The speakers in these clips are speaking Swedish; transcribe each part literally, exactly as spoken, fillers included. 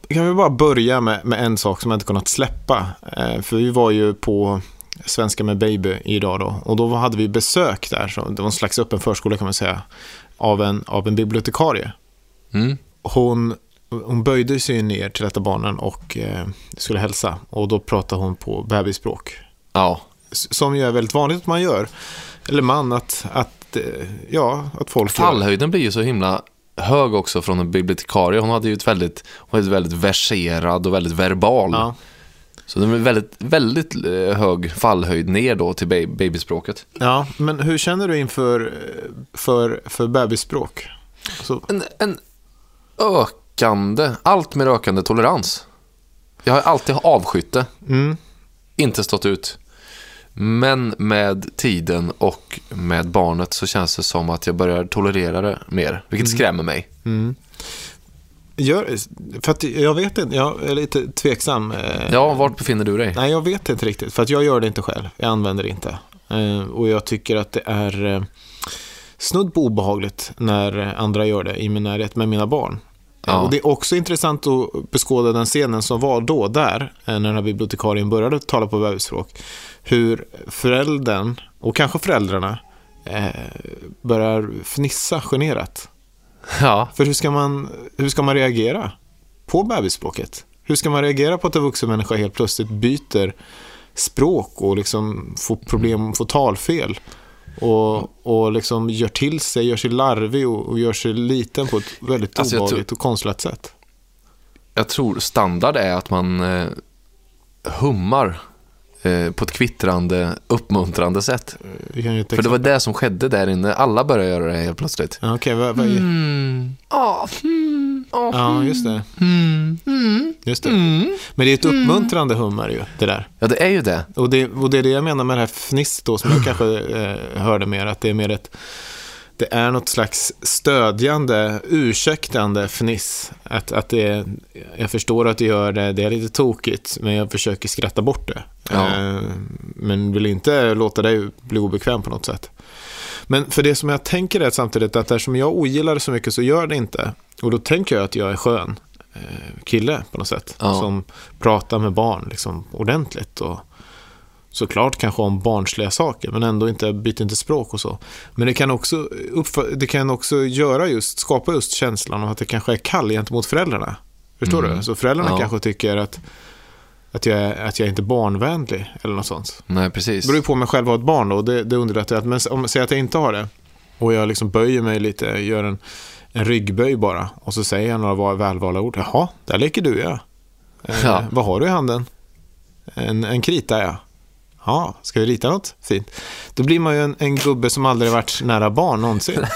kan vi bara börja med, med en sak som jag inte kunnat släppa. Eh, för vi var ju på Svenska med Baby idag då. Och då hade vi besök där. Så det var en slags öppen förskola kan man säga. Av en, av en bibliotekarie. Mm. Hon, hon böjde sig ner till detta barnen och eh, skulle hälsa. Och då pratade hon på bebisspråk. Ja. Som ju är väldigt vanligt att man gör. Eller man, att, att, ja, att folk Fallhöjden blir ju så himla hög också från en bibliotekarie. Hon hade ju ett väldigt, hon var väldigt verserad och väldigt verbal. Ja. Så det är väldigt, väldigt hög fallhöjd ner då till babyspråket. Ja, men hur känner du inför för, för bebisspråk? Så. En, en ökande, allt mer ökande tolerans. Jag har alltid avskytt det. Mm. Inte stått ut. Men med tiden och med barnet så känns det som att jag börjar tolerera det mer. Vilket mm. skrämmer mig. Mm. Gör, för att jag vet inte, jag är lite tveksam. Ja, vart befinner du dig? Nej, jag vet inte riktigt. För att jag gör det inte själv. Jag använder det inte. Och jag tycker att det är snudd på obehagligt när andra gör det i min närhet med mina barn. Ja. Och det är också intressant att beskåda den scenen som var då där, när den här bibliotekarien började tala på bebisspråk. Hur föräldern, och kanske föräldrarna, eh, börjar fnissa generat. Ja. För hur ska man, hur ska man reagera på bebisspråket? Hur ska man reagera på att en vuxen människa helt plötsligt byter språk och liksom får problem, får talfel? Och, och liksom gör till sig, gör sig larvig och, och gör sig liten på ett väldigt alltså obehagligt och konstlat sätt. Jag tror standard är att man eh, hummar eh, på ett kvittrande, uppmuntrande sätt. För det var det som skedde där inne. Alla började göra det helt plötsligt. Ja, okej, vad, vad är... Mm. Oh, mm. Oh, ja, just det. Mm. Mm. Just det. Mm. Men det är ett uppmuntrande hummer ju, det där. Ja, det är ju det. Och det, och det är det jag menar med det här fniss då, som jag kanske eh, hörde mer, att det är mer ett, det är något slags stödjande, ursäktande fniss. Att, att det är, jag förstår att du gör det, det är lite tokigt, men jag försöker skratta bort det. Ja. Eh, men vill inte låta dig bli obekväm på något sätt. Men för det som jag tänker är samtidigt att där som jag ogillar det så mycket så gör det inte. Och då tänker jag att jag är skön eh, kille på något sätt. Ja. Som pratar med barn liksom ordentligt och såklart kanske om barnsliga saker, men ändå inte byter inte språk och så. Men det kan också uppf- det kan också göra just skapa just känslan av att det kanske är kall gentemot föräldrarna. Förstår Mm. du? Så föräldrarna Ja. kanske tycker att att jag är, att jag är inte barnvänlig eller något sånt. Nej, precis. Det beror ju på mig själv att ha ett barn då, det, det underlättar att, men om jag säger att jag inte har det och jag liksom böjer mig lite, gör en, en ryggböj bara och så säger jag några välvalda ord. Jaha, där leker du ja. Eh, Ja. Vad har du i handen? En, en krita ja. Ja, ska vi rita något? Fint. Då blir man ju en, en gubbe som aldrig varit nära barn någonsin.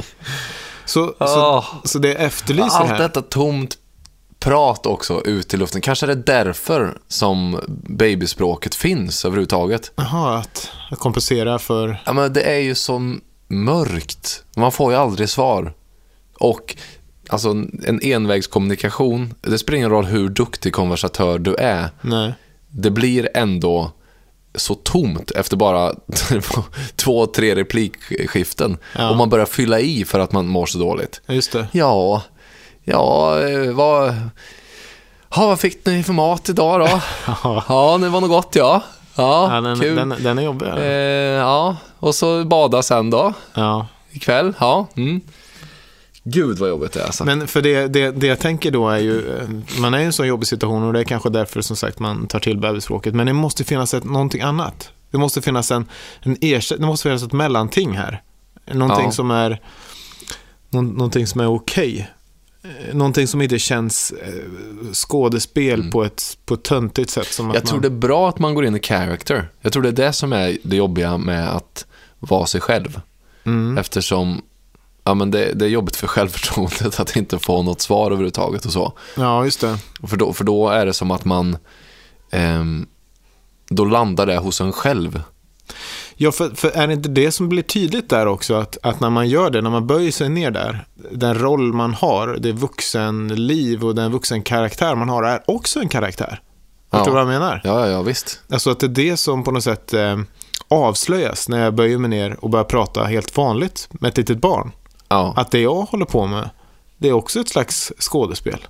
så, så, Oh. så det efterlyser Allt här. detta tomt prat också ut i luften. Kanske är det därför som babyspråket finns överhuvudtaget. Jaha, att, att kompensera för... Ja, men det är ju så mörkt. Man får ju aldrig svar. Och alltså en envägskommunikation, det spelar ingen roll hur duktig konversatör du är. Nej. Det blir ändå så tomt efter bara två, tre replikskiften. Ja. Och man börjar fylla i för att man mår så dåligt. Just det. Ja, ja, eh, vad, ja, vad fick ni för mat idag då? Ja, det var något gott, ja. Ja, Ja, den, kul. den, den är jobbig. Eh, ja, och så bada sen då. Ja. Ikväll, ja. Mm. Gud vad jobbigt det är alltså. Men för det, det, det jag tänker då är ju, man är i en sån jobbig situation och det är kanske därför som sagt man tar till bebisspråket, men det måste finnas ett, någonting annat. Det måste finnas en, en ersätt, det måste finnas ett mellanting här. Någonting Ja. som är nå, någonting som är okej. Någonting som inte känns eh, skådespel mm. på ett på ett töntigt sätt som att Jag tror man... det är bra att man går in i character. Jag tror det är det som är det jobbiga med att vara sig själv. Mm. Eftersom ja, men det, det är jobbigt för självförtroendet att inte få något svar överhuvudtaget och så. Ja, just det. För då, för då är det som att man ehm, då landar det hos en själv. Ja, för, för är det inte det som blir tydligt där också, att, att när man gör det, när man böjer sig ner där, den roll man har, det vuxenliv och den vuxen karaktär man har är också en karaktär. Vet du Ja. vad jag menar? Ja, ja, ja, visst. Alltså att det är det som på något sätt eh, avslöjas när jag böjer mig ner och börjar prata helt vanligt med ett litet barn. Ja. Att det jag håller på med, det är också ett slags skådespel.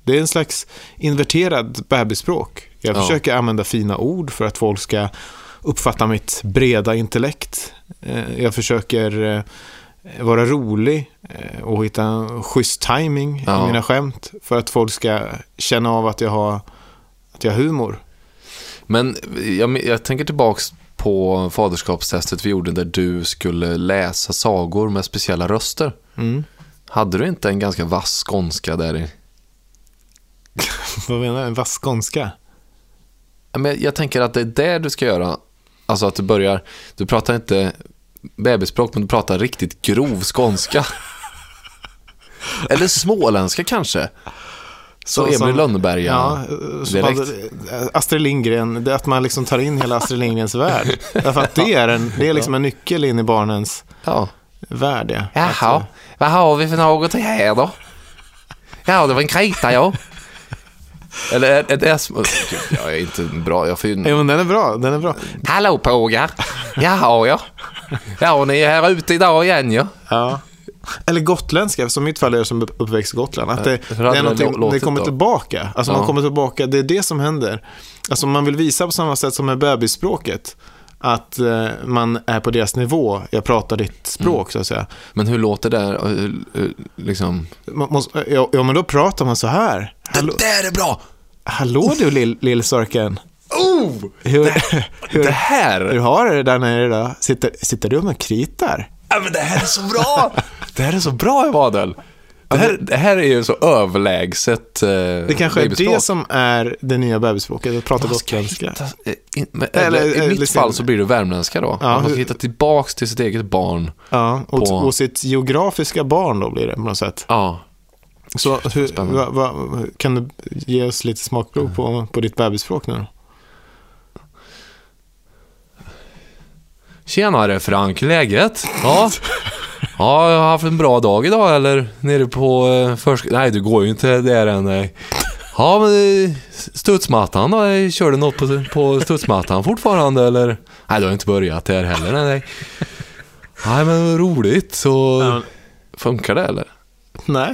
Det är en slags inverterad bebisspråk. Jag ja. försöker använda fina ord för att folk ska uppfatta mitt breda intellekt. Jag försöker vara rolig och hitta en schysst timing ja. i mina skämt för att folk ska känna av att jag har, att jag har humor. Men jag, jag tänker tillbaks på faderskapstestet vi gjorde där du skulle läsa sagor med speciella röster. Mm. Hade du inte en ganska vass skånska där i? Vad menar du? En vass skånska? Men jag tänker att det är det du ska göra. Alltså att du börjar, du pratar inte bebisspråk, men du pratar riktigt grov skånska. Eller småländska kanske. Så, så Emil Lönneberg. Ja, Astrid Lindgren, det är att man liksom tar in hela Astrid Lindgrens värld. Därför att det är, en, det är liksom en nyckel in i barnens ja. värld. Ja. Jaha, att, vad har vi för något här då? Ja, det var en krita, ja. Eller är, är det sm- jag är inte bra. Jag får ju... ja, men den är bra, den är bra. Hallå pågar. Jaha, ja. Ja, ni är här ute idag igen, ja. Ja. Eller gotländska, som mitt fall är som uppväxt i Gotland. Att det, det är någonting, det kommer tillbaka. Alltså ja. man kommer tillbaka, det är det som händer. Alltså man vill visa på samma sätt som med bebisspråket. Att eh, man är på deras nivå. Jag pratar ditt språk mm. så att säga. Men hur låter det liksom? Man måste, ja, ja, men då pratar man så här. Hallå, det där är bra! Hallå du lill, lillsörken. Oh! Hur, det, hur, det här! Hur har du det där nere då? Sitter, sitter du med kritar? Ja, men det här är så bra! Det här är så bra, Evadel. Det här, det här är ju så överlägset eh, det kanske är det som är det nya bebisspråket. Jag pratar gotländska. Eller i mitt liksom, fall så blir det värmländska då. Ja, man måste hitta tillbaks till sitt eget barn. Ja, och, på... och sitt geografiska barn då blir det på något sätt. Ja. Så hur, va, va, kan du ge oss lite smakprov på, på ditt bebisspråk nu då? Tjenare Frank, läget? Ja. Ja, jag har haft en bra dag idag, eller nere på eh, försk... Nej, du går ju inte där än. Nej. Ja, men studsmattan då? Jag körde något på, på studsmattan fortfarande, eller? Nej, du har inte börjat där heller, nej. Nej, men roligt, så ja. Funkar det, eller? Nej.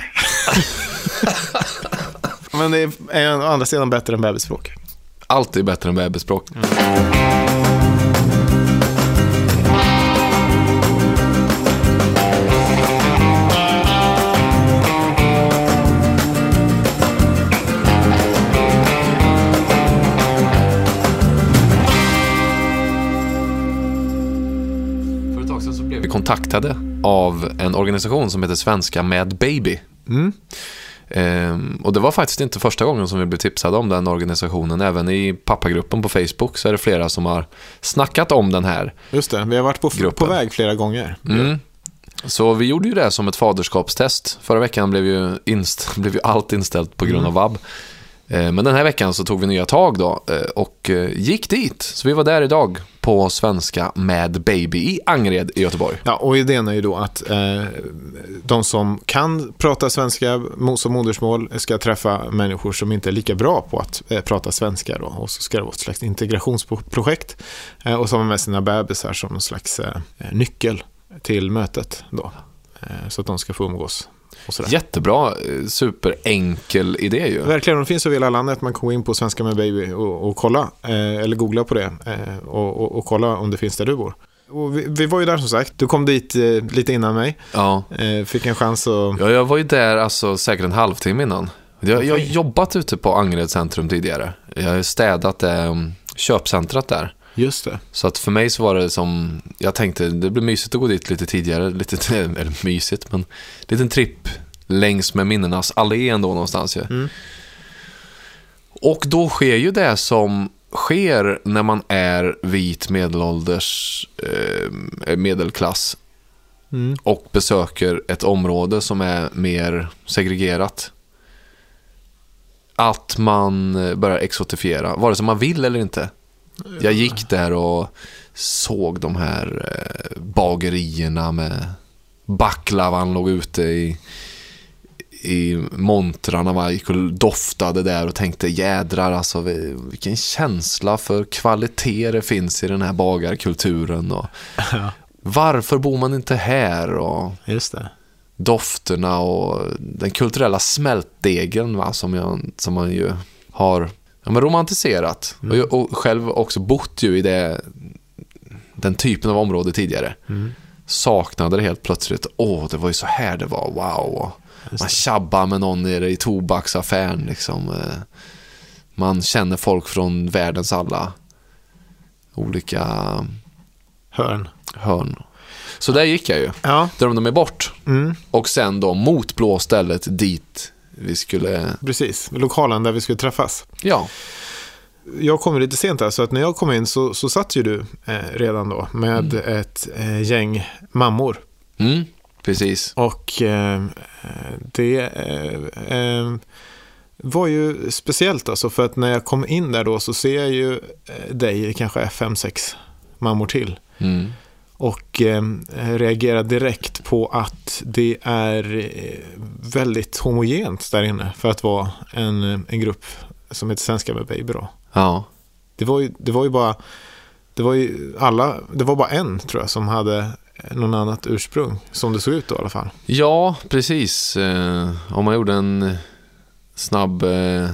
Men det är å andra sidan bättre än bebisspråk. Alltid bättre än bebisspråk. Mm. Kontaktade av en organisation som heter Svenska med Baby. Mm. Ehm, och det var faktiskt inte första gången som vi blev tipsade om den organisationen. Även i pappagruppen på Facebook så är det flera som har snackat om den här. Just det, vi har varit på, på väg flera gånger. Mm. Så vi gjorde ju det som ett faderskapstest. Förra veckan blev ju, inst- blev ju allt inställt på grund av vab. Ehm, men den här veckan så tog vi nya tag då och gick dit. Så vi var där idag på Svenska med Baby i Angered i Göteborg. Ja, och idén är ju då att eh, de som kan prata svenska som modersmål ska träffa människor som inte är lika bra på att eh, prata svenska då. Och så ska det vara ett slags integrationsprojekt eh, och så har man med sina bebisar som en slags eh, nyckel till mötet då. Eh, så att de ska få umgås. Jättebra, superenkel idé ju. Verkligen, det finns över hela landet. Man kan gå in på Svenska med Baby och, och kolla, eh, eller googla på det eh, och, och, och kolla om det finns där du bor. Och vi, vi var ju där som sagt. Du kom dit eh, lite innan mig. Ja. Eh, fick en chans att... Ja, jag var ju där alltså säkert en halvtimme innan. Jag, jag har jobbat ute på Angered centrum tidigare. Jag har städat eh, köpcentrat där. Just det. Så att för mig så var det som, jag tänkte det blir mysigt att gå dit lite tidigare, lite, eller mysigt, men en liten tripp längs med minnenas allé ändå någonstans ju. Mm. Och då sker ju det som sker när man är vit medelålders eh, medelklass mm. och besöker ett område som är mer segregerat. Att man börjar exotifiera, vare sig man vill eller inte. Jag gick där och såg de här eh, bagerierna med baklavan låg ute i, i montrarna. Man gick och doftade där och tänkte jädrar alltså vilken känsla för kvalitet det finns i den här bagarkulturen. Och varför bor man inte här? Och just det. dofterna och den kulturella smältdegen, va, som, jag, som man ju har ja, men romantiserat. Mm. Och, och själv också bott ju i det, den typen av område tidigare. Mm. Saknade det helt plötsligt. Åh, det var ju så här det var. Wow. Man tjabbar med någon nere i tobaksaffären liksom. Man känner folk från världens alla olika hörn. hörn. Så där gick jag ju. Ja. Drömde mig bort. Mm. Och sen då mot blå stället dit vi skulle... Precis, lokalen där vi skulle träffas. Ja. Jag kom lite sent här, så att när jag kom in så, så satt ju du eh, redan då med mm. ett eh, gäng mammor. Mm, precis. Och eh, det eh, eh, var ju speciellt alltså, för att när jag kom in där då så ser jag ju eh, dig kanske fem, sex mammor till. Mm. Och eh, reagerar direkt på att det är eh, väldigt homogent där inne för att vara en, en grupp som heter Svenska med Baby då. Ja. Det var ju, det var ju bara det var ju alla, det var bara en tror jag som hade någon annat ursprung som det såg ut då i alla fall. Ja, precis. Eh, om man gjorde en snabb eh,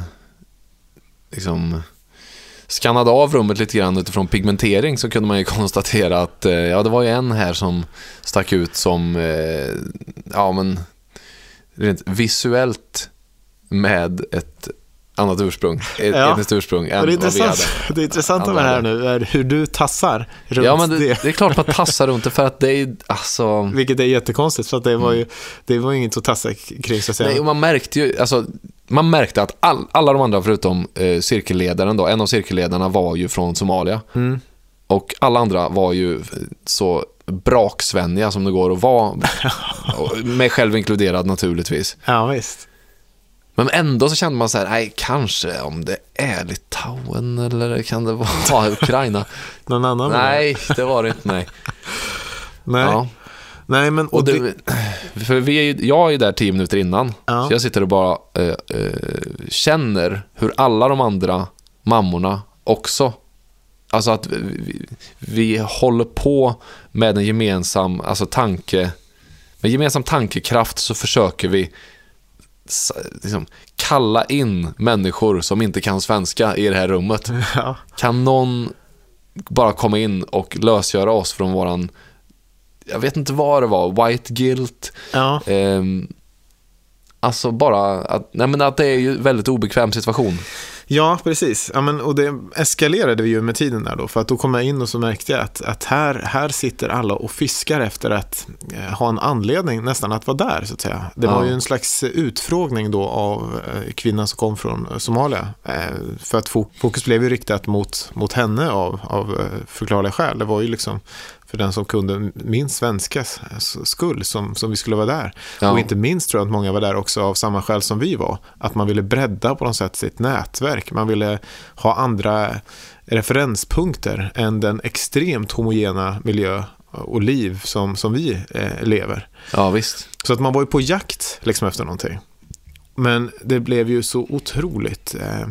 liksom skannade av rummet lite grann utifrån pigmentering, så kunde man ju konstatera att eh, ja, det var ju en här som stack ut som eh, ja men rent visuellt med ett annat ursprung, ett ja. etniskt ursprung än det är intressant, det är intressant med det här nu är hur du tassar runt ja, men det, det. det är klart man tassar runt det, för att det är alltså... Vilket är jättekonstigt, för att det var ju det var inget att tassa kring, så att säga. Nej, och man märkte ju alltså, man märkte att all, alla de andra förutom eh, cirkelledaren då, en av cirkelledarna var ju från Somalia. Mm. Och alla andra var ju så braksvänniga som det går att vara, med själv inkluderad naturligtvis. Ja, visst. Men ändå så kände man så här, nej, kanske om det är Litauen eller kan det vara Ukraina? Någon annan? Nej, det var det inte, nej. Nej. Ja. Nej, men och och det, för vi är ju, jag är ju där tio minuter innan. Ja. Så jag sitter och bara äh, äh, känner hur alla de andra mammorna också, alltså att vi, vi håller på med en gemensam alltså tanke, med gemensam tankekraft så försöker vi liksom kalla in människor som inte kan svenska i det här rummet. Ja. Kan någon bara komma in och lösgöra oss från våran, jag vet inte vad det var, white guilt. Ja. Eh, alltså bara att, nej men att det är ju väldigt obekväm situation. Ja, precis. Ja, men, och det eskalerade vi ju med tiden där då. För att då kom jag in och så märkte jag att, att här, här sitter alla och fiskar efter att eh, ha en anledning nästan att vara där, så att säga. Det ja. var ju en slags utfrågning då av eh, kvinnan som kom från Somalia. Eh, för att fokus blev ju riktat mot, mot henne av, av förklarliga skäl. Det var ju liksom för den som kunde minst svenska skull som, som vi skulle vara där. Ja. Och inte minst tror jag att många var där också av samma skäl som vi var. Att man ville bredda på något sätt sitt nätverk. Man ville ha andra referenspunkter än den extremt homogena miljö och liv som, som vi eh, lever. Ja, visst. Så att man var ju på jakt liksom efter någonting. Men det blev ju så otroligt eh,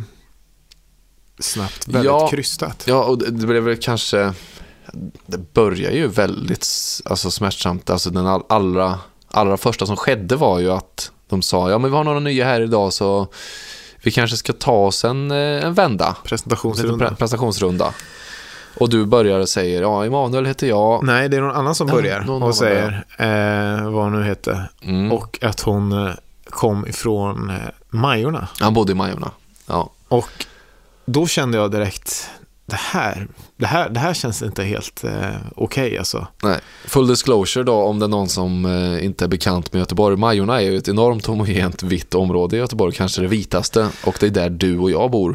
snabbt, väldigt ja, krystat. Ja, och det, det blev väl kanske... Det börjar ju väldigt alltså smärtsamt. Alltså den all, allra, allra första som skedde var ju att de sa, ja men vi har några nya här idag så vi kanske ska ta oss en, en vända. Presentationsrunda. Pre- presentationsrunda. Och du börjar och säger, ja Emanuel heter jag. Nej, det är någon annan som börjar ja, och säger eh, vad hon nu heter. Mm. Och att hon eh, kom ifrån eh, Majorna. Han bodde i Majorna, ja. Och då kände jag direkt... Det här, det här, det här känns inte helt eh, okej okay, alltså. Nej. Full disclosure då, om det är någon som eh, inte är bekant med Göteborg. Majorna är ju ett enormt homogent vitt område i Göteborg, kanske det vitaste. Och det är där du och jag bor.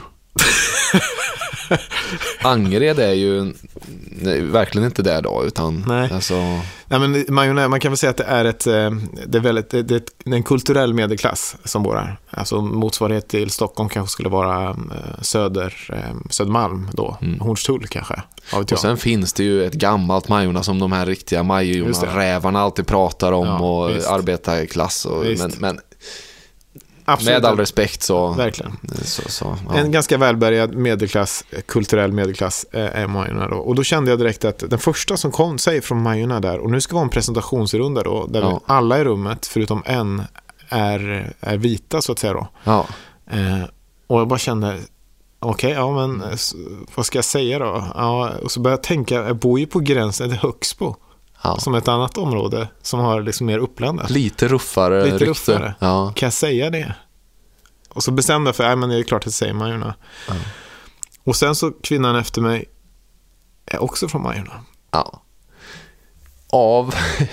Angered är ju nej, verkligen inte där då, utan nej. Alltså... Nej, men Majorna, man kan väl säga att det är ett det är väldigt det är en kulturell medelklass som bor här. Alltså motsvarighet till Stockholm kanske skulle vara söder Södermalm då, mm. Hornstull kanske. Och sen finns det ju ett gammalt Majorna som de här riktiga Majorna rävarna alltid pratar om, ja, och visst. Arbetarklass och men, men Absolut. Med all respekt så... Verkligen. Så, så, ja. En ganska välbärgad medelklass, kulturell medelklass eh, är Majorna då. Och då kände jag direkt att den första som kom sig från Majorna där, och nu ska vara en presentationsrunda då, där ja. alla i rummet, förutom en, är, är vita så att säga då. Ja. Eh, och jag bara kände, okej, okay, ja men vad ska jag säga då? Ja, och så började jag tänka, jag bor ju på gränsen till Högsbo. Ja. Som ett annat område som har liksom mer upplandat. Lite ruffare. Lite ruffare. Ja. Kan jag säga det? Och så bestämde jag för, nej men det är klart att säga Majorna. Ja. Och sen så kvinnan efter mig är också från Majorna. Ja. Av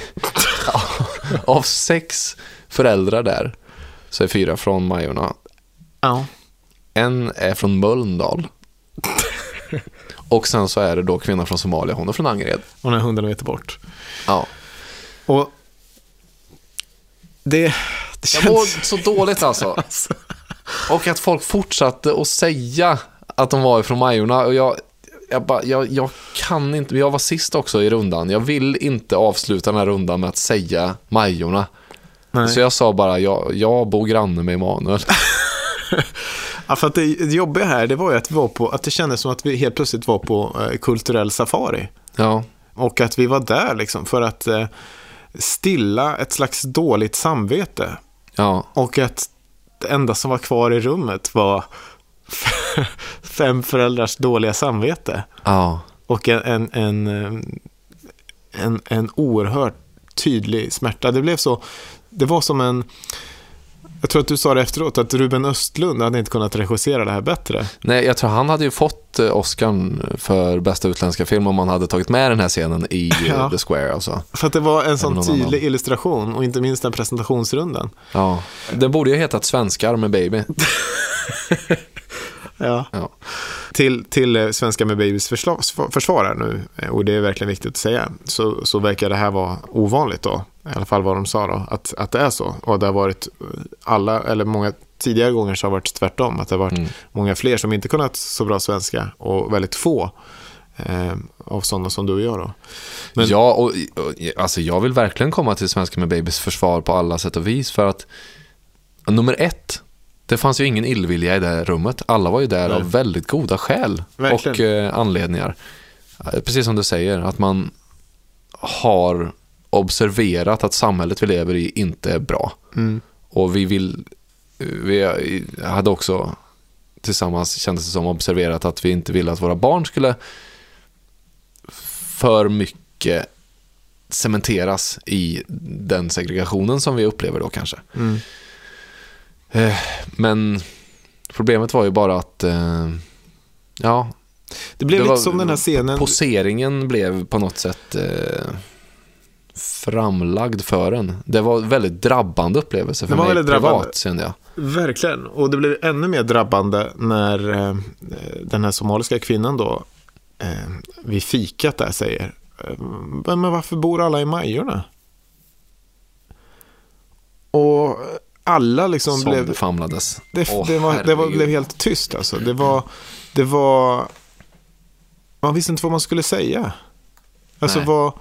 av sex föräldrar där så är fyra från Majorna. Ja. En är från Mölndal. Och sen så är det då kvinnan från Somalia. Hon är från Angered. Hon är hundra meter bort. Ja. Och det, det känns... Jag mår så dåligt alltså. alltså. Och att folk fortsatte att säga att de var från Majorna. Och jag, jag, bara, jag, jag kan inte... Jag var sist också i rundan. Jag vill inte avsluta den här rundan med att säga Majorna. Nej. Så jag sa bara, jag, jag bor granne med Emanuel. Ja, för att det, det jobbiga här, det var ju att vi var på, att det kändes som att vi helt plötsligt var på eh, kulturell safari. Ja. Och att vi var där liksom för att eh, stilla ett slags dåligt samvete. Ja. Och att det enda som var kvar i rummet var fem föräldrars dåliga samvete. Ja. Och en, en, en, en, en oerhört tydlig smärta. Det blev så, det var som en... Jag tror att du sa det efteråt att Ruben Östlund hade inte kunnat regissera det här bättre. Nej, jag tror han hade ju fått Oscar för bästa utländska film om man hade tagit med den här scenen i ja. The Square. Alltså. För att det var en sån tydlig annan. illustration och inte minst den presentationsrundan. Ja, den borde ju hetat Svenskar med Baby. ja. ja. Till, till Svenskar med Babys försvar nu, och det är verkligen viktigt att säga, så, så verkar det här vara ovanligt då. I alla fall vad de sa då, att, att det är så. Och det har varit alla, eller många tidigare gånger så har det varit tvärtom. Att det har varit mm. många fler som inte kunnat så bra svenska och väldigt få eh, av sådana som du och jag då. Men... Ja, och, och alltså jag vill verkligen komma till Svenskar med Babys försvar på alla sätt och vis, för att nummer ett, det fanns ju ingen illvilja i det här rummet. Alla var ju där Nej. av väldigt goda skäl verkligen. och eh, anledningar. Precis som du säger, att man har observerat att samhället vi lever i inte är bra. Mm. Och vi vill vi hade också tillsammans, kändes det som, observerat att vi inte ville att våra barn skulle för mycket cementeras i den segregationen som vi upplever då kanske. Mm. Men problemet var ju bara att ja, det blev det lite som den här scenen. Poseringen blev på något sätt eh, framlagd för en. Det var väldigt drabbande upplevelse för mig privat, kände jag. Verkligen. Och det blev ännu mer drabbande när eh, den här somaliska kvinnan då eh, vid fikat där säger, men varför bor alla i Majorna? Och alla liksom som blev... det famlades. Det, oh, det, var, det var, blev helt tyst alltså. Det var... Det var... Man visste inte vad man skulle säga. Alltså Nej. vad...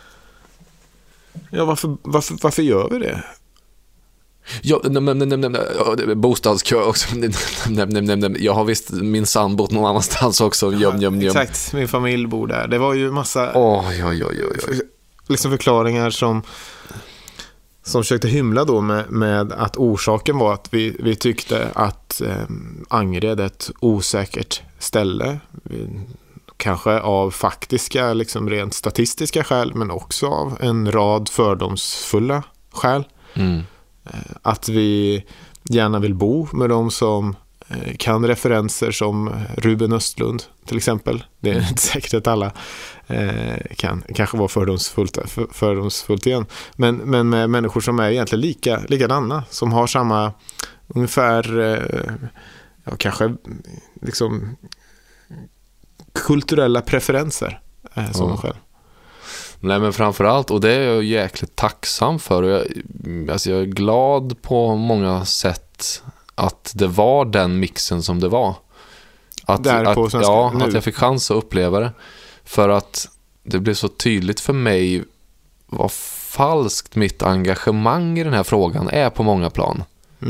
Ja, varför, varför, varför gör vi det? Ja, nej, nej, nej, nej, bostadskö också. Nej, nej, nej, nej. Jag har visst min sambo bott någon annanstans också. Jöm, jöm, jöm. Exakt, min familj bor där. Det var ju massa oh, oj, oj, oj, oj. För, liksom förklaringar som som försökte hymla då med, med att orsaken var att vi, vi tyckte att eh, Angered är ett osäkert ställe. Vi, kanske av faktiska, liksom rent statistiska skäl, men också av en rad fördomsfulla skäl. Mm. Att vi gärna vill bo med de som kan referenser som Ruben Östlund till exempel. Det är inte säkert att alla eh, kan kanske vara fördomsfullt, för, fördomsfullt igen. Men, men med människor som är egentligen lika, likadana, som har samma ungefär eh, ja, kanske liksom kulturella preferenser eh, som ja. själv. Nej, men framförallt, och det är jag jäkligt tacksam för, och jag, alltså jag är glad på många sätt att det var den mixen som det var. Att, Där på att, svenska, ja, nu. att jag fick chans att uppleva det. För att det blev så tydligt för mig vad falskt mitt engagemang i den här frågan är på många plan. Mm.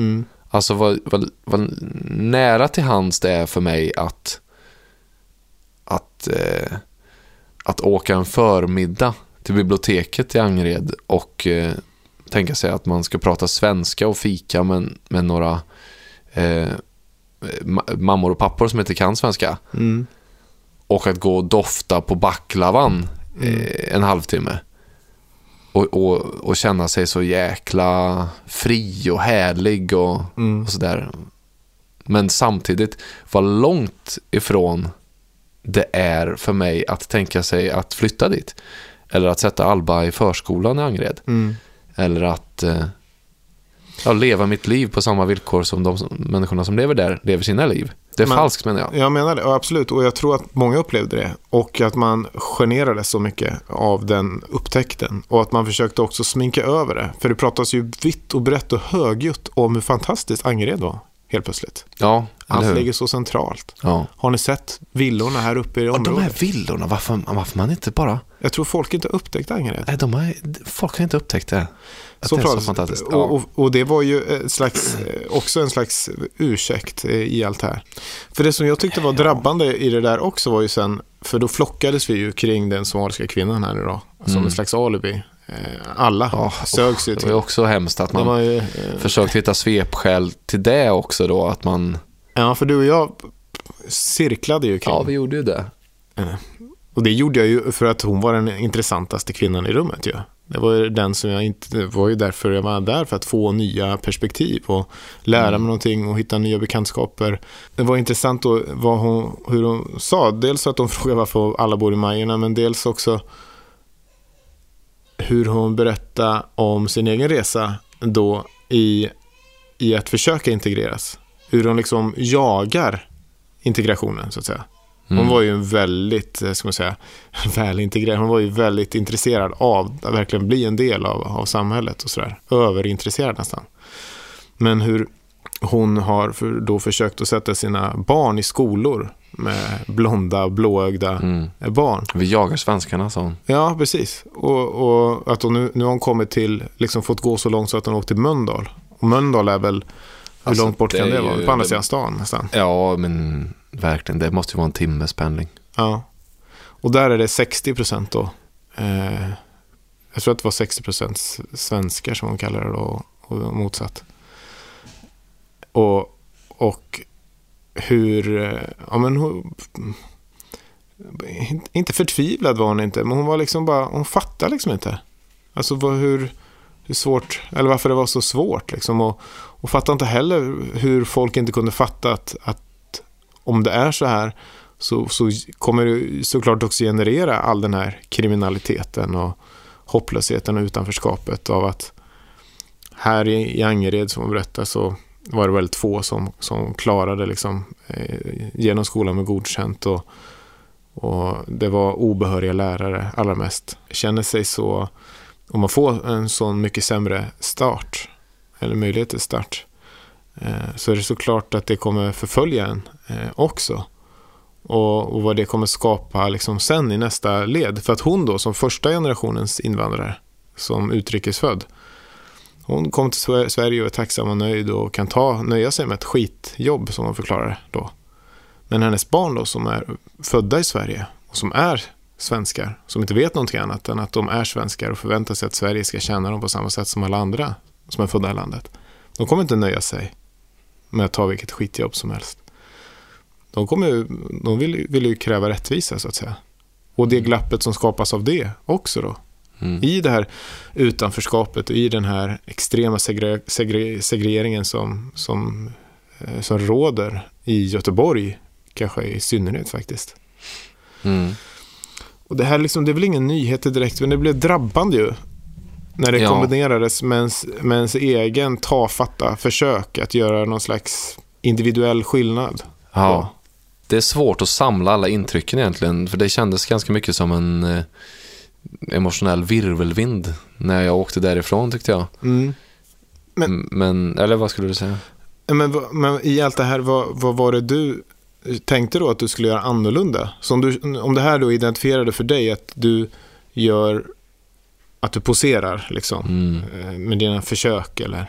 Alltså vad, vad, vad nära till hands det är för mig att att eh, att åka en förmiddag till biblioteket i Angered och eh, tänka sig att man ska prata svenska och fika med, med några eh, mammor och pappor som inte kan svenska. Mm. Och att gå och dofta på baklavan mm. eh, en halvtimme. Och, och, och känna sig så jäkla fri och härlig och, mm. och sådär. Men samtidigt var långt ifrån det är för mig att tänka sig att flytta dit. Eller att sätta Alba i förskolan i Angered. Mm. Eller att eh, ja, leva mitt liv på samma villkor som de människorna som lever där lever sina liv. Det är Men, falskt menar jag. Jag menar det, ja, absolut. Och jag tror att många upplevde det. Och att man generade så mycket av den upptäckten. Och att man försökte också sminka över det. För det pratas ju vitt och brett och högljutt om hur fantastiskt Angered var. Helt plötsligt. Ja, allt ligger så centralt. Ja. Har ni sett villorna här uppe i området? Ja, de här villorna, varför, varför man inte bara... Jag tror folk inte upptäckt Angered. Nej, de har, folk har inte upptäckt det. Så, det är så fantastiskt. Ja. Och, och, och det var ju ett slags, också en slags ursäkt i allt här. För det som jag tyckte var drabbande i det där också var ju sen, för då flockades vi ju kring den somaliska kvinnan här nu då. Som mm. en slags alibi. Alla oh, sögs ju till. Det var också hemskt att man ju, eh, försökt hitta svepskäl till det också då, att man... Ja, för du och jag cirklade ju kring. Ja, vi gjorde ju det. Eh, och det gjorde jag ju för att hon var den intressantaste kvinnan i rummet ju. Det var ju den som jag inte... Det var ju därför jag var där, för att få nya perspektiv och lära mm. mig någonting och hitta nya bekantskaper. Det var intressant då vad hon, hur hon sa. Dels att de frågade varför alla bor i Majorna, men dels också hur hon berättade om sin egen resa då i, i att försöka integreras. Hur hon liksom jagar integrationen, så att säga. Hon mm. var ju en väldigt, ska man säga, välintegrerad. Hon var ju väldigt intresserad av att verkligen bli en del av, av samhället och sådär. Överintresserad nästan. Men hur hon har för, då försökt att sätta sina barn i skolor med blonda, blåögda mm. barn. Vi jagar svenskarna, sa hon. Ja, precis. Och, och att hon nu, nu har hon kommit till, liksom fått gå så långt så att hon åkt till Mölndal. Och Mölndal är väl, hur alltså, långt bort kan det vara? På andra sidan stan nästan. Ja, men verkligen, det måste ju vara en timmes pendling. Ja. Och där är det sextio procent då. Eh, jag tror att det var sextio procent svenskar som hon kallar det då, och motsatt. Och, och hur, ja men hon, inte förtvivlad var hon inte, men hon var liksom bara, hon fattade liksom inte. Alltså vad, hur, hur svårt, eller varför det var så svårt liksom, och, och fattade inte heller hur folk inte kunde fatta att, att om det är så här så, så kommer det såklart också generera all den här kriminaliteten och hopplösheten och utanförskapet av att här i, i Angered, som hon berättade, så var det väldigt få som, som klarade liksom, eh, genom skolan med godkänt, och, och det var obehöriga lärare allra mest. Känner sig så, om man får en sån mycket sämre start eller möjlighet till start, eh, så är det såklart att det kommer förfölja en eh, också. Och, och vad det kommer skapa liksom sen i nästa led. För att hon då, som första generationens invandrare, som utrikesfödd, hon kom till Sverige och är tacksam och nöjd och kan ta, nöja sig med ett skitjobb, som hon förklarade då. Men hennes barn då, som är födda i Sverige och som är svenskar, som inte vet någonting annat än att de är svenskar och förväntar sig att Sverige ska tjäna dem på samma sätt som alla andra som är födda i landet. De kommer inte nöja sig med att ta vilket skitjobb som helst. De, kommer, de vill, vill ju kräva rättvisa, så att säga. Och det glappet som skapas av det också då. Mm. I det här utanförskapet och i den här extrema segre- segre- segregeringen som, som, eh, som råder i Göteborg, kanske i synnerhet faktiskt. Mm. Och det här liksom, det är väl ingen nyhet direkt, men det blev drabbande ju när det ja. kombinerades med ens, med ens egen tafatta försök att göra någon slags individuell skillnad. Ja. ja. Det är svårt att samla alla intrycken egentligen, för det kändes ganska mycket som en eh, emotionell virvelvind när jag åkte därifrån, tyckte jag. Mm. Men, men, eller vad skulle du säga? Men, men i allt det här, vad, vad var det du tänkte då att du skulle göra annorlunda? Så om, du, om det här då identifierade för dig att du gör, att du poserar liksom, mm. med dina försök, eller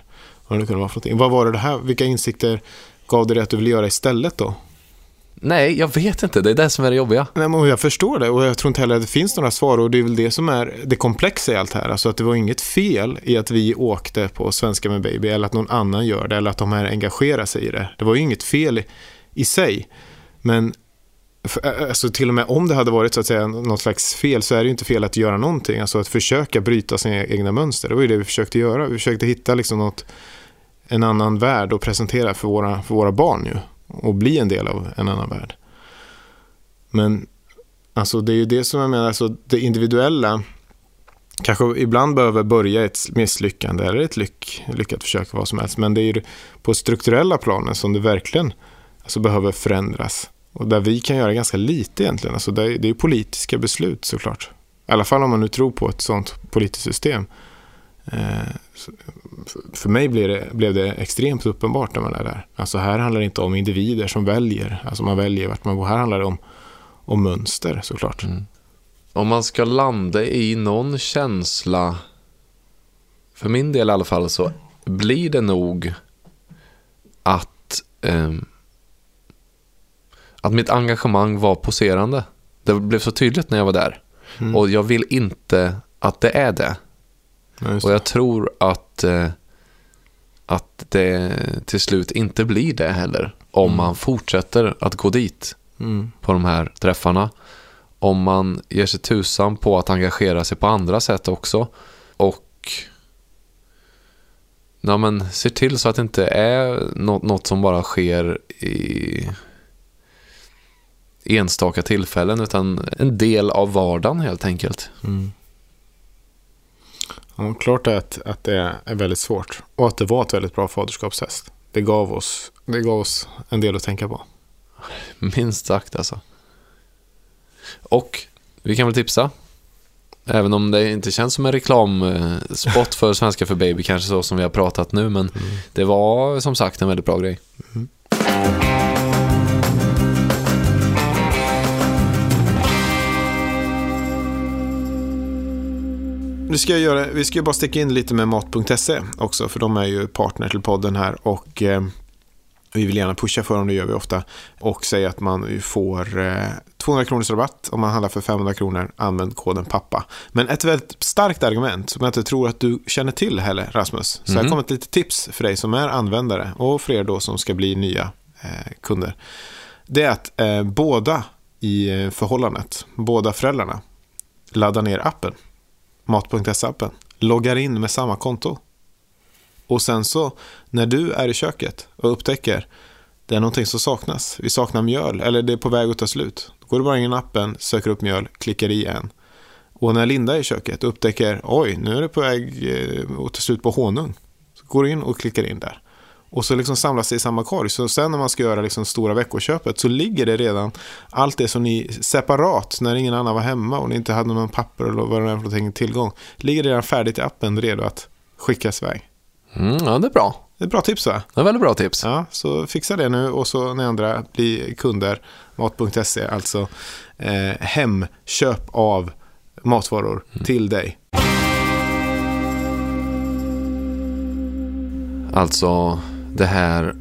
Vad det kunde vara för någonting. Vad var det här? Vilka insikter gav det att du ville göra istället då? Nej, jag vet inte. Det är det som är det jobbiga. Nej, men jag förstår det. Och jag tror inte heller att det finns några svar. Och det är väl det som är det komplexa i allt här. Alltså att det var inget fel i att vi åkte på Svenska med Baby. Eller att någon annan gör det. Eller att de här engagerar sig i det. Det var ju inget fel i, i sig. Men för, alltså till och med om det hade varit så att säga något slags fel, så är det ju inte fel att göra någonting. Alltså att försöka bryta sina egna mönster. Det var ju det vi försökte göra. Vi försökte hitta liksom något, en annan värld och presentera för våra, för våra barn ju. Och bli en del av en annan värld. Men alltså det är ju det som jag menar, alltså det individuella kanske ibland behöver börja ett misslyckande eller ett lyck, lyckat försök vad som helst, men det är ju på strukturella planen som det verkligen alltså behöver förändras, och där vi kan göra ganska lite egentligen. Alltså det är, det är politiska beslut såklart, i alla fall om man nu tror på ett sånt politiskt system. Eh, för mig blev det, blev det extremt uppenbart när man är där. Alltså här handlar det inte om individer som väljer, alltså man väljer vart man går, här handlar det om, om mönster såklart. Mm. Om man ska landa i någon känsla, för min del i alla fall, så blir det nog att eh, att mitt engagemang var poserande. Det blev så tydligt när jag var där. Mm. Och jag vill inte att det är det. Ja, och jag tror att eh, att det till slut inte blir det heller om mm. man fortsätter att gå dit mm. på de här träffarna. Om man ger sig tusan på att engagera sig på andra sätt också, och ja, men ser till så att det inte är något, något som bara sker i enstaka tillfällen, utan en del av vardagen helt enkelt. Mm. Ja, klart är att, att det är väldigt svårt, och att det var ett väldigt bra faderskapstest. Det gav oss, det gav oss en del att tänka på. Minst sagt alltså. Och vi kan väl tipsa, även om det inte känns som en reklamspot för Svenska för Baby, kanske så som vi har pratat nu, men mm. det var som sagt en väldigt bra grej. Mm. Nu ska jag göra, vi ska ju bara sticka in lite med mat punkt se också, för de är ju partner till podden här, och eh, vi vill gärna pusha för dem, det gör vi ofta, och säga att man får eh, tvåhundra kronors rabatt om man handlar för femhundra kronor. Använd koden pappa. Men ett väldigt starkt argument som jag inte tror att du känner till heller, Rasmus. Så mm-hmm. här kommer ett litet tips för dig som är användare, och för er då som ska bli nya eh, kunder. Det är att eh, båda i förhållandet, båda föräldrarna, laddar ner appen, mat punkt se-appen, loggar in med samma konto. Och sen så, när du är i köket och upptäcker det är någonting som saknas, vi saknar mjöl, eller det är på väg att ta slut, då går du bara in i appen, söker upp mjöl, klickar i en. Och när Linda är i köket och upptäcker, oj, nu är det på väg att ta slut på honung, så går du in och klickar in där. Och så liksom samlas det i samma korg. Så sen när man ska göra liksom stora veckoköpet, så ligger det redan allt det som ni separat, när ingen annan var hemma och ni inte hade någon papper eller vad det är för någonting tillgång, ligger det redan färdigt i appen, redo att skickas iväg. Mm, ja, det är bra. Det är ett bra tips, va? Det är väldigt bra tips. Ja, så fixa det nu, och så när andra blir kunder, mat punkt se, alltså eh, hemköp av matvaror mm. till dig. Alltså det här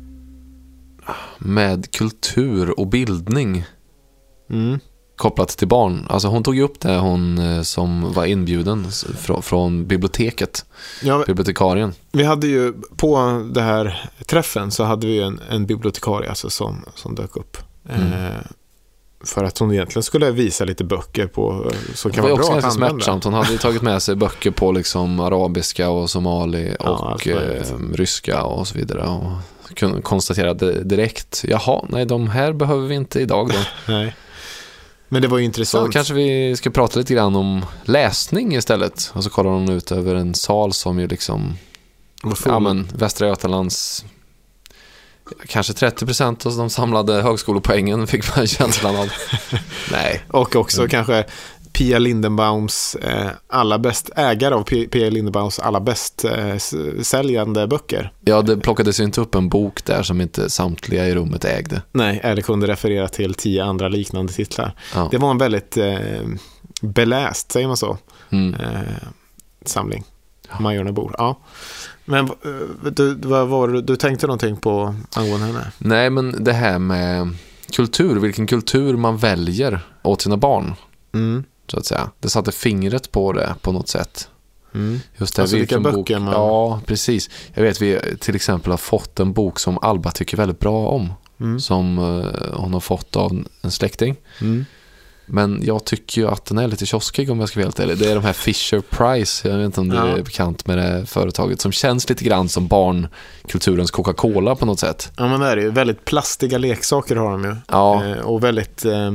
med kultur och bildning mm. kopplat till barn. Alltså hon tog ju upp det, hon som var inbjuden från, från biblioteket, ja, bibliotekarien. Vi hade ju på det här träffen, så hade vi en, en bibliotekarie alltså, som, som dök upp. Mm. Eh, för att hon egentligen skulle visa lite böcker på, så kan vara bra att använda. Det var också ganska smärtsamt. Hon hade ju tagit med sig böcker på liksom arabiska och somali och ja, eh, ryska och så vidare, och kunde konstatera direkt, jaha, nej, de här behöver vi inte idag då. Nej. Men det var ju intressant. Så kanske vi ska prata lite grann om läsning istället. Och så kollar hon ut över en sal som ju liksom, ja, men Västra Götalands, kanske trettio procent av de samlade högskolepoängen fick man känslan av. Nej. Och också mm. kanske Pia Lindenbaums eh, alla bäst ägare av P- Pia Lindenbaums alla bäst eh, säljande böcker. Ja, det plockades ju inte upp en bok där som inte samtliga i rummet ägde. Nej, eller kunde referera till tio andra liknande titlar. Ja. Det var en väldigt eh, beläst, säger man så, mm. eh, samling. Majorna bor. Ja. Men du, vad var det, du tänkte någonting på angående henne? Nej, men det här med kultur, vilken kultur man väljer åt sina barn. Mm. Så att säga. Det satte fingret på det på något sätt. Mm. Just det, alltså vilka böcker bok, man... Ja, precis. Jag vet vi till exempel har fått en bok som Alba tycker väldigt bra om. Mm. Som uh, hon har fått av en släkting. Mm. Men jag tycker ju att den är lite kioskig om jag ska vara helt ärlig. Det är de här Fisher Price, jag vet inte om du ja. är bekant med det företaget, som känns lite grann som barnkulturens Coca-Cola på något sätt. Ja, men det är ju väldigt plastiga leksaker har de ju. Ja. Eh, och väldigt, eh,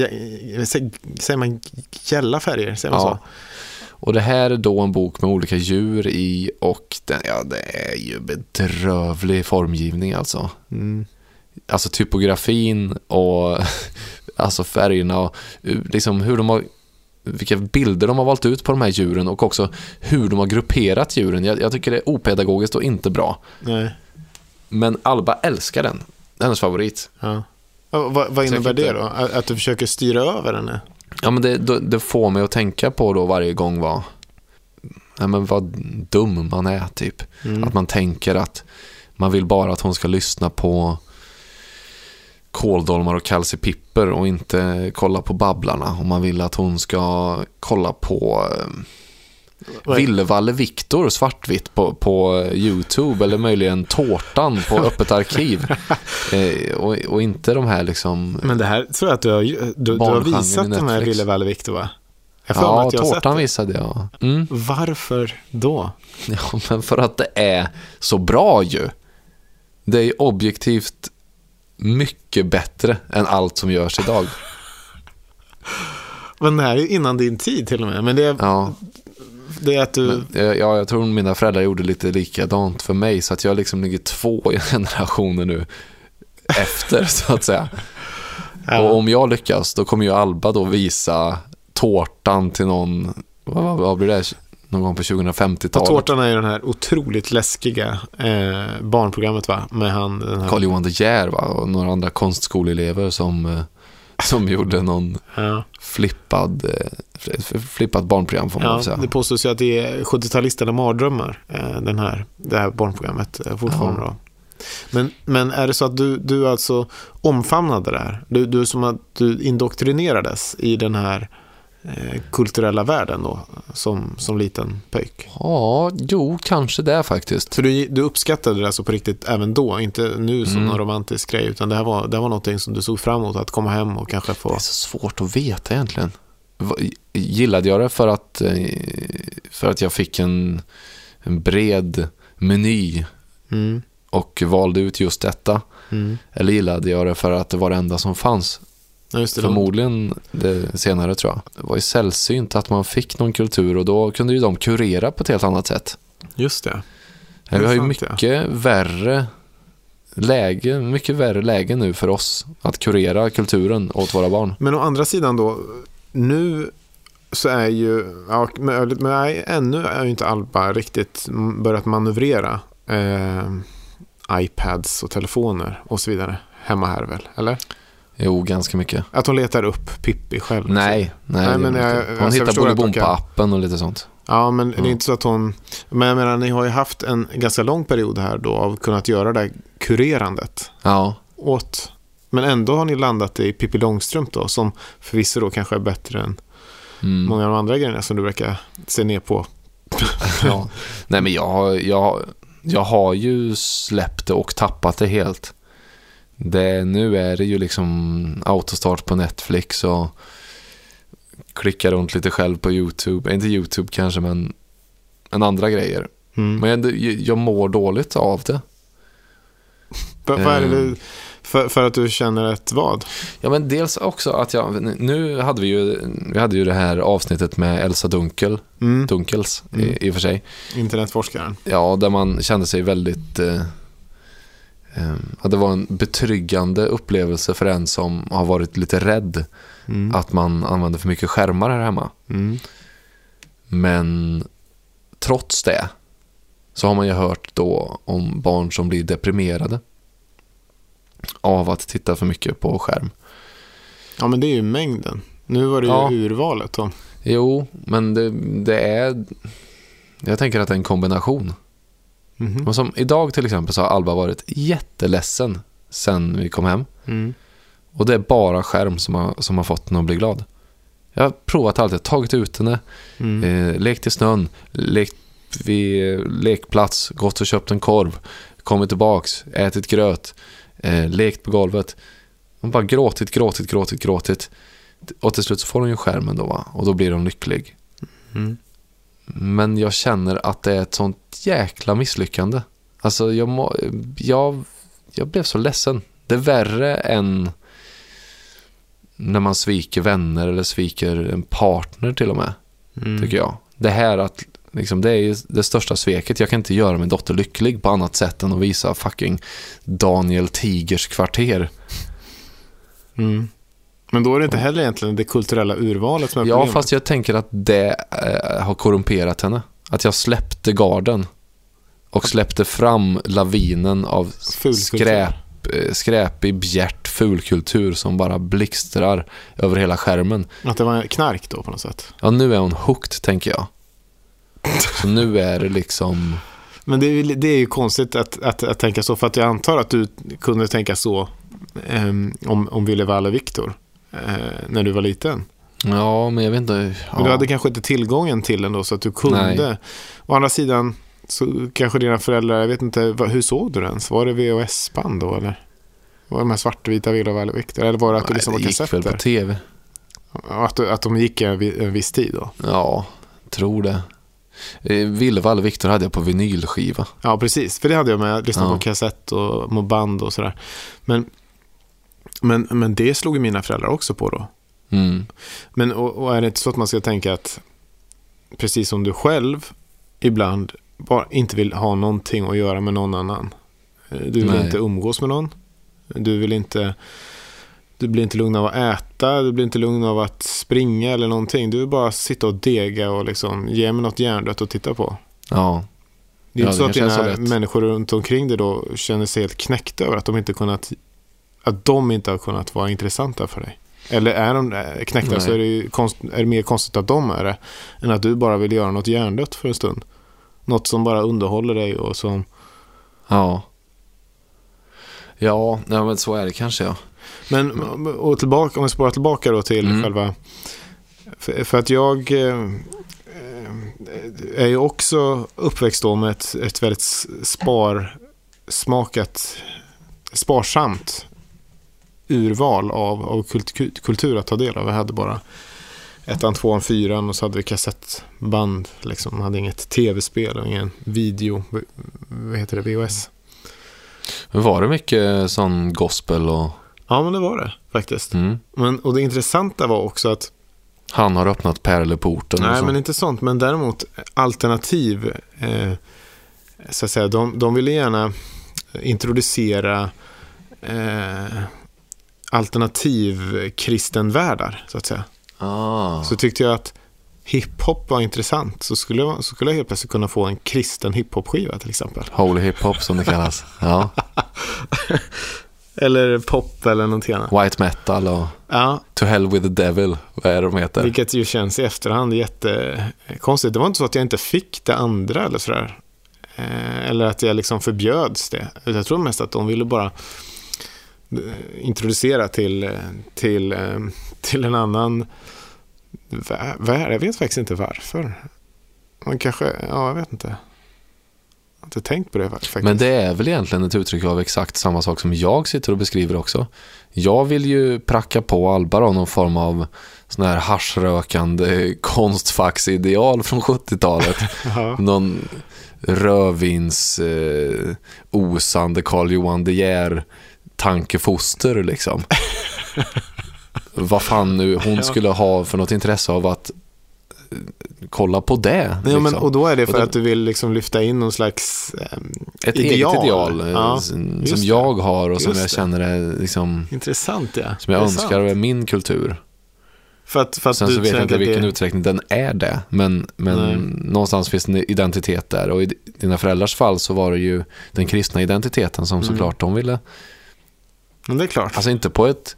säger man gälla färger, säger man ja. så? Och det här är då en bok med olika djur i, och den, ja, det är ju bedrövlig formgivning alltså. Mm. Alltså typografin och alltså färgerna och liksom hur de har, vilka bilder de har valt ut på de här djuren och också hur de har grupperat djuren. Jag, jag tycker det är opedagogiskt och inte bra. Nej. Men Alba älskar den. Hennes favorit. Ja. Vad, vad innebär det då? Att du försöker styra över henne? Ja, men det, det får mig att tänka på då varje gång vad, ja, men vad dum man är typ. Mm. Att man tänker att man vill bara att hon ska lyssna på kåldolmar och kalsipipper och inte kolla på Babblarna. Och man vill att hon ska kolla på eh, Villevalle Viktor svartvitt på, på YouTube, eller möjligen Tårtan på Öppet arkiv. eh, och, och inte de här liksom... Men det här tror jag att du har, du, du har visat de här Villevalle Viktor, va? Jag ja, att jag Tårtan visade jag. Mm. Varför då? Ja, men för att det är så bra ju. Det är objektivt mycket bättre än allt som görs idag. Men det här är ju innan din tid till och med. Men det är, ja. det är att du... Men, ja, jag tror mina föräldrar gjorde lite likadant för mig. Så att jag liksom ligger två generationer nu efter, så att säga. Ja. Och om jag lyckas, då kommer ju Alba då visa Tårtan till någon... Vad, vad blir det? Någon gång på tjugohundrafemtiotalet. Och Tårtan är ju den här otroligt läskiga eh, barnprogrammet, va? Med han, den här... Carl-Johan De Geer, va? Och några andra konstskoleelever som, eh, som gjorde någon ja. flippad, eh, flippad barnprogram, får man ja, säga. Det påstås ju att det är sjuttiotalisterne mardrömmar, eh, den här, det här barnprogrammet eh, fortfarande. Ja. Då. Men, men är det så att du, du alltså omfamnade det här? Du, du som att du indoktrinerades i den här kulturella världen då, som, som liten pöjk? Ja, jo, kanske det faktiskt. För du, du uppskattade det alltså på riktigt även då, inte nu som mm. en romantisk grej, utan det här var, det var någonting som du såg fram emot, att komma hem och kanske få... Det är så svårt att veta egentligen. Gillade jag det för att, för att jag fick en, en bred meny mm. och valde ut just detta? Mm. Eller gillade jag det för att det var det enda som fanns? Ja, just det, förmodligen det senare, tror jag. Det var ju sällsynt att man fick någon kultur, och då kunde ju de kurera på ett helt annat sätt. Just det. det Vi har ju mycket ja. värre läge, mycket värre läge nu för oss att kurera kulturen åt våra barn. Men å andra sidan då, nu så är ju, ja, men, men ännu är ju inte Alba riktigt börjat manövrera eh, iPads och telefoner och så vidare hemma här väl, eller? Jo, ganska mycket. Att hon letar upp Pippi själv. Nej, nej, nej men jag, hon alltså, hittar Bolibompa-appen och lite sånt. Ja, men mm. det är inte så att hon... Men jag menar, ni har ju haft en ganska lång period här då av kunnat göra det kurerandet. Ja. Åt. Men ändå har ni landat i Pippi Långstrump då, som förvisso då kanske är bättre än mm. många av de andra grejerna som du verkar se ner på. Ja. Nej, men jag, jag, jag har ju släppt det och tappat det helt. Det, nu är det ju liksom autostart på Netflix och klicka runt lite själv på YouTube. Inte YouTube kanske, men en andra grejer. Mm. Men jag, jag mår dåligt av det. Vad är det du, för, för att du känner ett vad? Ja, men dels också att jag, nu hade vi ju vi hade ju det här avsnittet med Elsa Dunkel, mm. Dunkels mm. i, i och för sig. Internetforskaren. Ja, där man kände sig väldigt... Eh, att det var en betryggande upplevelse för en som har varit lite rädd mm. att man använder för mycket skärmar här hemma. Mm. Men trots det så har man ju hört då om barn som blir deprimerade av att titta för mycket på skärm. Ja, men det är ju mängden. Nu var det ju ja. urvalet då. Jo, men det, det är Jag tänker att det är en kombination. Mm-hmm. Och som idag till exempel så har Alba varit jätteledsen sen vi kom hem. Mm. Och det är bara skärm som har, som har fått henne att bli glad. Jag har provat allt. Jag har tagit ut henne, mm. eh, lekt i snön, lekt vid lekplats, gått och köpt en korv, kommit tillbaks, ätit gröt, eh, lekt på golvet. Hon bara gråtit, gråtit, gråtit, gråtit. Och till slut så får hon ju skärmen då, va? Och då blir hon lycklig. Mm. Men jag känner att det är ett sånt jäkla misslyckande. Alltså jag, må, jag, jag blev så ledsen. Det är värre än när man sviker vänner eller sviker en partner till och med, mm. tycker jag. Det här att liksom, det är ju det största sveket. Jag kan inte göra min dotter lycklig på annat sätt än att visa fucking Daniel Tigers kvarter. Mm. Men då är det inte heller egentligen det kulturella urvalet som är problemet. Ja, fast jag tänker att det äh, har korrumperat henne. Att jag släppte garden och släppte fram lavinen av skräp, skräpig, bjärt fulkultur som bara blixtrar över hela skärmen. Att det var knark då på något sätt. Ja, nu är hon hooked, tänker jag. Så nu är det liksom... Men det är, det är ju konstigt att, att, att tänka så, för att jag antar att du kunde tänka så um, om, om Ville Valle Viktor uh, när du var liten. Ja, men jag vet inte. Ja. Men du hade kanske inte tillgången till den då, så att du kunde. Nej. Å andra sidan så kanske dina föräldrar, jag vet inte, hur såg du den? Var det V H S-band då, eller? Var det de här svartvita Ville Valle Viktor? Eller var det att Nej, du liksom var kassetter? Det gick väl på tv. Att, att de gick en, en viss tid då? Ja, tror det. Ville Valle Viktor hade jag på vinylskiva. Ja, precis. För det hade jag med. Jag lyssnade ja. på kassett och på band och sådär. Men, men, men det slog ju mina föräldrar också på då. Mm. Men och, och är det inte så att man ska tänka att precis som du själv ibland bara inte vill ha någonting att göra med någon annan. Du vill Nej. inte umgås med någon. Du vill inte... Du blir inte lugn av att äta, du blir inte lugn av att springa eller någonting. Du vill bara sitta och dega och liksom ge mig något hjärndött att titta på. Ja. Det är ja, inte så att dina människor runt omkring dig då känner sig helt knäckta över att de inte kunnat att de inte har kunnat vara intressanta för dig. Eller är de knäckta Nej. så är det, ju konst, är det mer konstigt att de är det än att du bara vill göra något hjärndött för en stund. Något som bara underhåller dig och som... Ja. Ja, ja men så är det kanske, ja. Men och tillbaka, om vi spårar tillbaka då till mm. själva... För, för att jag eh, är ju också uppväxt då med ett, ett väldigt spar, smakat, sparsamt urval av, av kultur, kultur att ta del av. Vi hade bara ettan, tvåan, fyran och så hade vi kassettband. Liksom. Vi hade inget tv-spel och ingen video. Vad heter det? V H S. Men var det mycket sån gospel och... Ja, men det var det faktiskt. Mm. Men, och det intressanta var också att han har öppnat pärleporten. Nej, men inte sånt. Men däremot alternativ eh, så att säga, de, de ville gärna introducera eh, alternativ kristenvärldar så att säga. Ah. Så tyckte jag att hiphop var intressant, så skulle jag, så skulle jag helt plötsligt kunna få en kristen hiphop-skiva till exempel. Holy hiphop som det kallas. Ja. Eller pop eller någonting annat. White metal och ja. To Hell with the Devil, vad är det de heter? Vilket ju känns i efterhand jättekonstigt. Det var inte så att jag inte fick det andra eller sådär. Eh, eller att jag liksom förbjöds det. Jag tror mest att de ville bara introducera till, till, till en annan värld. Jag vet faktiskt inte varför. Man kanske, ja jag vet inte. Jag har inte tänkt på det faktiskt. Men det är väl egentligen ett uttryck av exakt samma sak som jag sitter och beskriver också. Jag vill ju pracka på Alba då någon form av sån här haschrökande konstfaxideal från sjuttiotalet. Någon rövins eh, osande Carl Johan De Geer tankefoster liksom. Vad fan nu hon skulle ha för något intresse av att kolla på det. Ja, liksom. Men, och då är det för och det, att du vill liksom lyfta in någon slags eh, ett ideal. eget ideal ja, som jag har och som jag känner är liksom intressant, ja. Som jag det önskar är min kultur. För att, för att Sen du så vet jag inte vilken det... utsträckning den är det. Men, men någonstans finns en identitet där. Och i dina föräldrars fall så var det ju den kristna identiteten som mm. såklart de ville. Men det är klart. Alltså inte på ett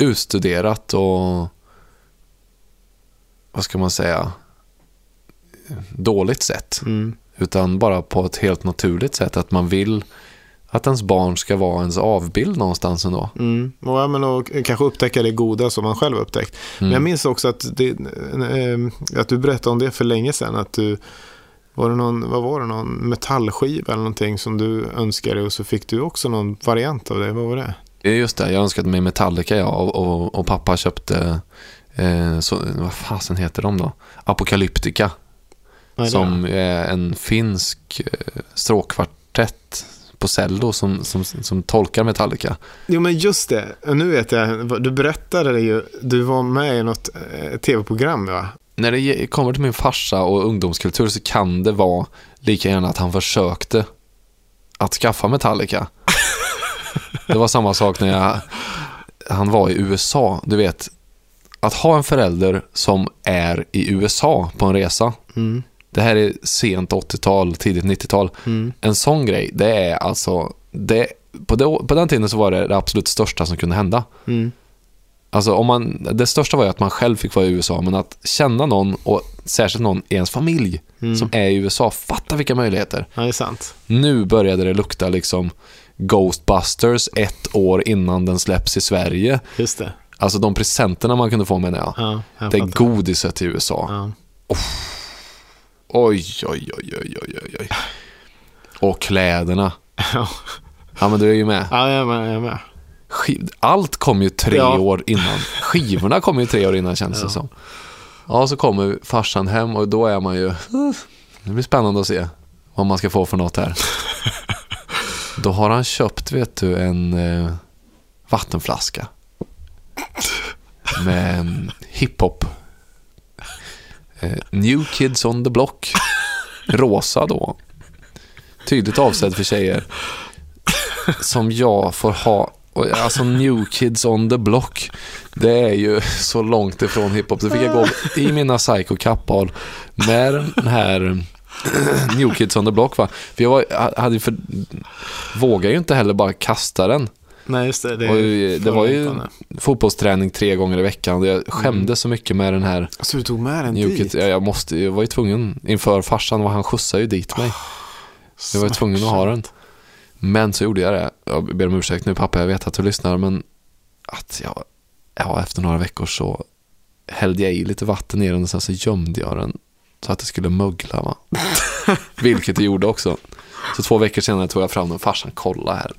utstuderat och vad ska man säga dåligt sätt. Mm. Utan bara på ett helt naturligt sätt. Att man vill att ens barn ska vara ens avbild någonstans ändå. Mm. Och, ja, men, och kanske upptäcka det goda som man själv upptäckt. Mm. Men jag minns också att, det, äh, att du berättade om det för länge sedan. Att du, var det någon, vad var det, någon metallskiva eller någonting som du önskade och så fick du också någon variant av det. Vad var det? Det är just det, jag önskade mig Metallica ja, och, och, och pappa köpte eh, så, vad fasen heter de då? Apocalyptica. Är som är en finsk eh, stråkkvartett på cello som, som, som tolkar Metallica. Jo men just det, nu vet jag, du berättade det ju, du var med i något eh, tv-program va? När det kommer till min farsa och ungdomskultur så kan det vara lika gärna att han försökte att skaffa Metallica. Det var samma sak när jag, han var i U S A. Du vet, att ha en förälder som är i U S A på en resa. Mm. Det här är sent åttiotal, tidigt nittiotal. Mm. En sån grej, det är alltså det, på, det, på den tiden så var det det absolut största som kunde hända. Mm. Alltså om man, det största var ju att man själv fick vara i U S A, men att känna någon och särskilt någon i ens familj mm. som är i U S A, fatta vilka möjligheter. Ja, det är sant. Nu började det lukta liksom Ghostbusters ett år innan den släpps i Sverige. Just det. Alltså de presenterna man kunde få med jag. Ja, jag det är godiset i U S A. Ja. Oh. Oj, oj, oj, oj, oj, oj. Och kläderna. Ja. Ja, men du är ju med. Ja, jag är med. Jag är med. Skiv... Allt kom ju tre ja. år innan. Skivorna kom ju tre år innan, känns det ja. som. Ja, så kommer farsan hem och då är man ju... Det blir spännande att se vad man ska få för något här. Då har han köpt, vet du, en eh, vattenflaska med en hiphop eh, New Kids on the Block, rosa då, tydligt avsedd för tjejer, som jag får ha. Alltså New Kids on the Block, det är ju så långt ifrån hiphop. Så fick jag gå i mina psycho-kappal med den här New Kids on the Block, va? För jag var, hade för, vågade ju inte heller bara kasta den. Nej, just det. Det, och det var ju fotbollsträning tre gånger i veckan. Jag skämde mm. så mycket med den här. Så du tog med den New dit? Kids. Jag, jag, måste, jag var ju tvungen inför farsan, och han skjutsade ju dit mig. Jag var ju tvungen att ha den. Men så gjorde jag det. Jag ber om ursäkt nu, pappa, jag vet att du lyssnar, men att jag, ja, efter några veckor så hällde jag i lite vatten i den och sen så gömde jag den så att det skulle mögla, va? Vilket det gjorde också. Så två veckor senare tog jag fram den. Farsan, kolla här.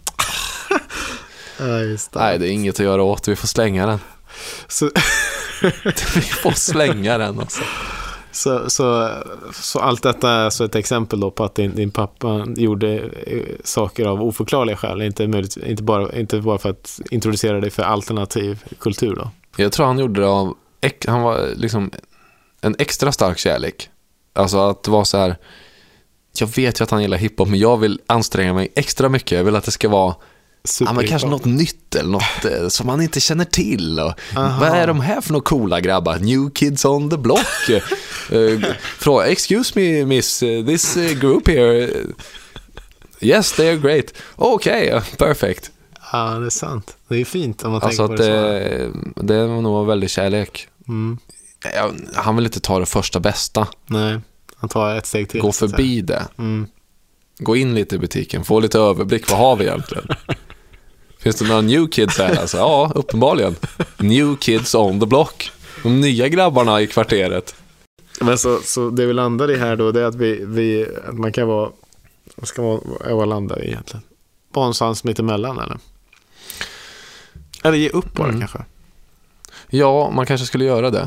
Ja, just det. Nej, det är inget att göra åt. Vi får slänga den. Så... Vi får slänga den alltså. Så, så, så allt detta är så ett exempel då på att din, din pappa gjorde saker av oförklarliga skäl, inte, möjligt, inte, bara, inte bara för att introducera dig för alternativ kultur då. Jag tror han gjorde det av, han var liksom en extra stark kärlek. Alltså att vara så här, jag vet ju att han gillar hiphop, men jag vill anstränga mig extra mycket. Jag vill att det ska vara ja, men kanske något nytt eller något eh, som man inte känner till. Och, vad är de här för några coola grabbar? New Kids on the Block. uh, fråga, excuse me miss, uh, this uh, group here. Uh, yes, they are great. Okej, okay, uh, perfect. Ja, det är sant. Det är fint om man alltså tänker på det, det så. Det var nog väldigt kärlek. Mm. Jag, han vill inte ta det första bästa. Nej, han tar ett steg till. Gå förbi det. Mm. Gå in lite i butiken, få lite överblick. Vad har vi egentligen? Finns det några new kids här? Alltså, ja, uppenbarligen. New Kids on the Block. De nya grabbarna i kvarteret. Men så, så det vi landar i här då, det är att, vi, vi, att man kan vara... Vad ska man vad landar i egentligen? Någonstans mitt emellan, eller? Eller ge upp bara, mm. kanske? Ja, man kanske skulle göra det.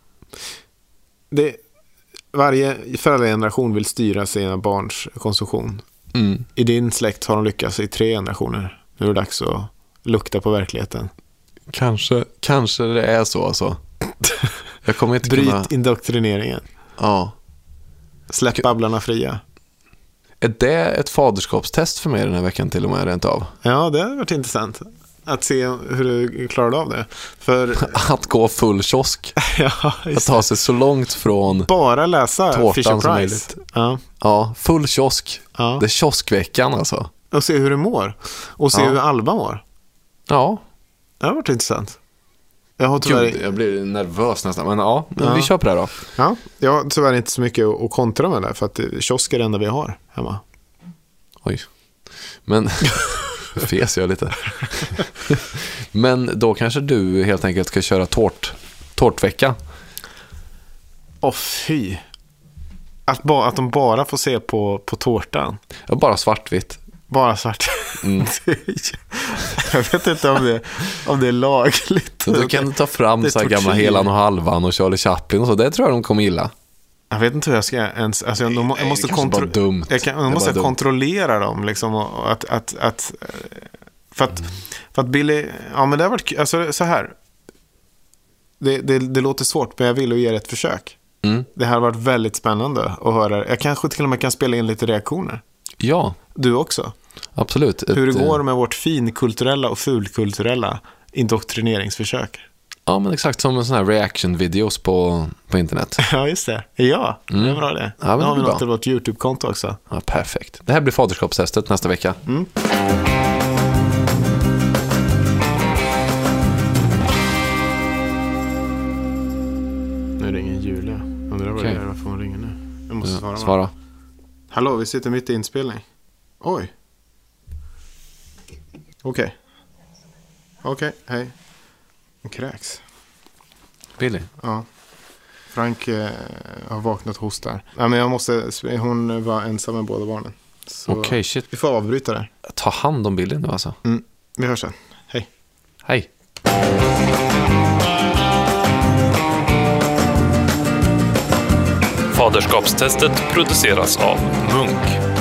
Det... Varje föräldrageneration vill styra sina barns konsumtion. Mm. I din släkt har de lyckats i tre generationer. Nu är det dags att lukta på verkligheten. Kanske, kanske det är så alltså. Jag kommer inte Bryt kunna... indoktrineringen. Ja. Släpp babblarna fria. Är det ett faderskapstest för mig den här veckan till och med rent av? Ja, det har varit intressant. Att se hur du klarade av det. För... Att gå full kiosk. Ja, att ta sig så långt från bara läsa Fisher Price. Ja. Ja, full kiosk. Ja. Det är kioskveckan alltså. Och se hur du mår. Och se ja. hur Alba mår. Ja. Det har varit intressant. Jag har tyvärr... Gud, jag blir nervös nästan. Men ja, men ja. vi kör på det då. Ja, jag har tyvärr inte så mycket att kontra med det. För att kiosk är det enda vi har hemma. Oj. Men... fes jag lite. Men då kanske du helt enkelt ska köra tårt, tårtvecka. Åh, fy. Att, ba, att de bara får se på, på tårtan. Ja, bara svartvitt. Bara svart. Mm. Jag vet inte om det, om det är lagligt. Då kan du ta fram så här gamla Helan och Halvan och Charlie Chaplin och så. Det tror jag de kommer gilla. Jag vet inte hur jag ska ens... Alltså jag, de, jag måste, kontro- dumt. Jag kan, jag måste kontrollera dem. Liksom, och att, att, att, för, att, mm. för att Billy... Ja, men det har varit... Alltså, så här. Det, det, det låter svårt, men jag vill ge det ett försök. Mm. Det här har varit väldigt spännande att höra. Jag kanske till och med kan spela in lite reaktioner. Ja. Du också. Absolut. Hur det ett, går med vårt finkulturella och fulkulturella indoktrineringsförsök. Ja, men exakt som en sån här reaction-videos på, på internet. Ja, just det. Ja, mm. det är bra det. Ja, nu har vi bra. något till vårt YouTube-konto också. Ja, perfekt. Det här blir faderskapstestet nästa vecka. Mm. Nu ringer Julia. Undrar vad okay. det är, varför hon ringer nu. Jag måste svara. Svara. Hallå, vi sitter mitt i inspelning. Oj. Okej. Okay. Okej, okay, hej. Hon kräks. Billy? Ja. Frank eh, har vaknat och hostar. Ja, men jag måste, hon var ensam med båda barnen. Okej, okay, shit. Vi får avbryta det. Ta hand om Billy nu alltså. Mm, vi hörs sen. Hej. Hej. Faderskapstestet produceras av Munk.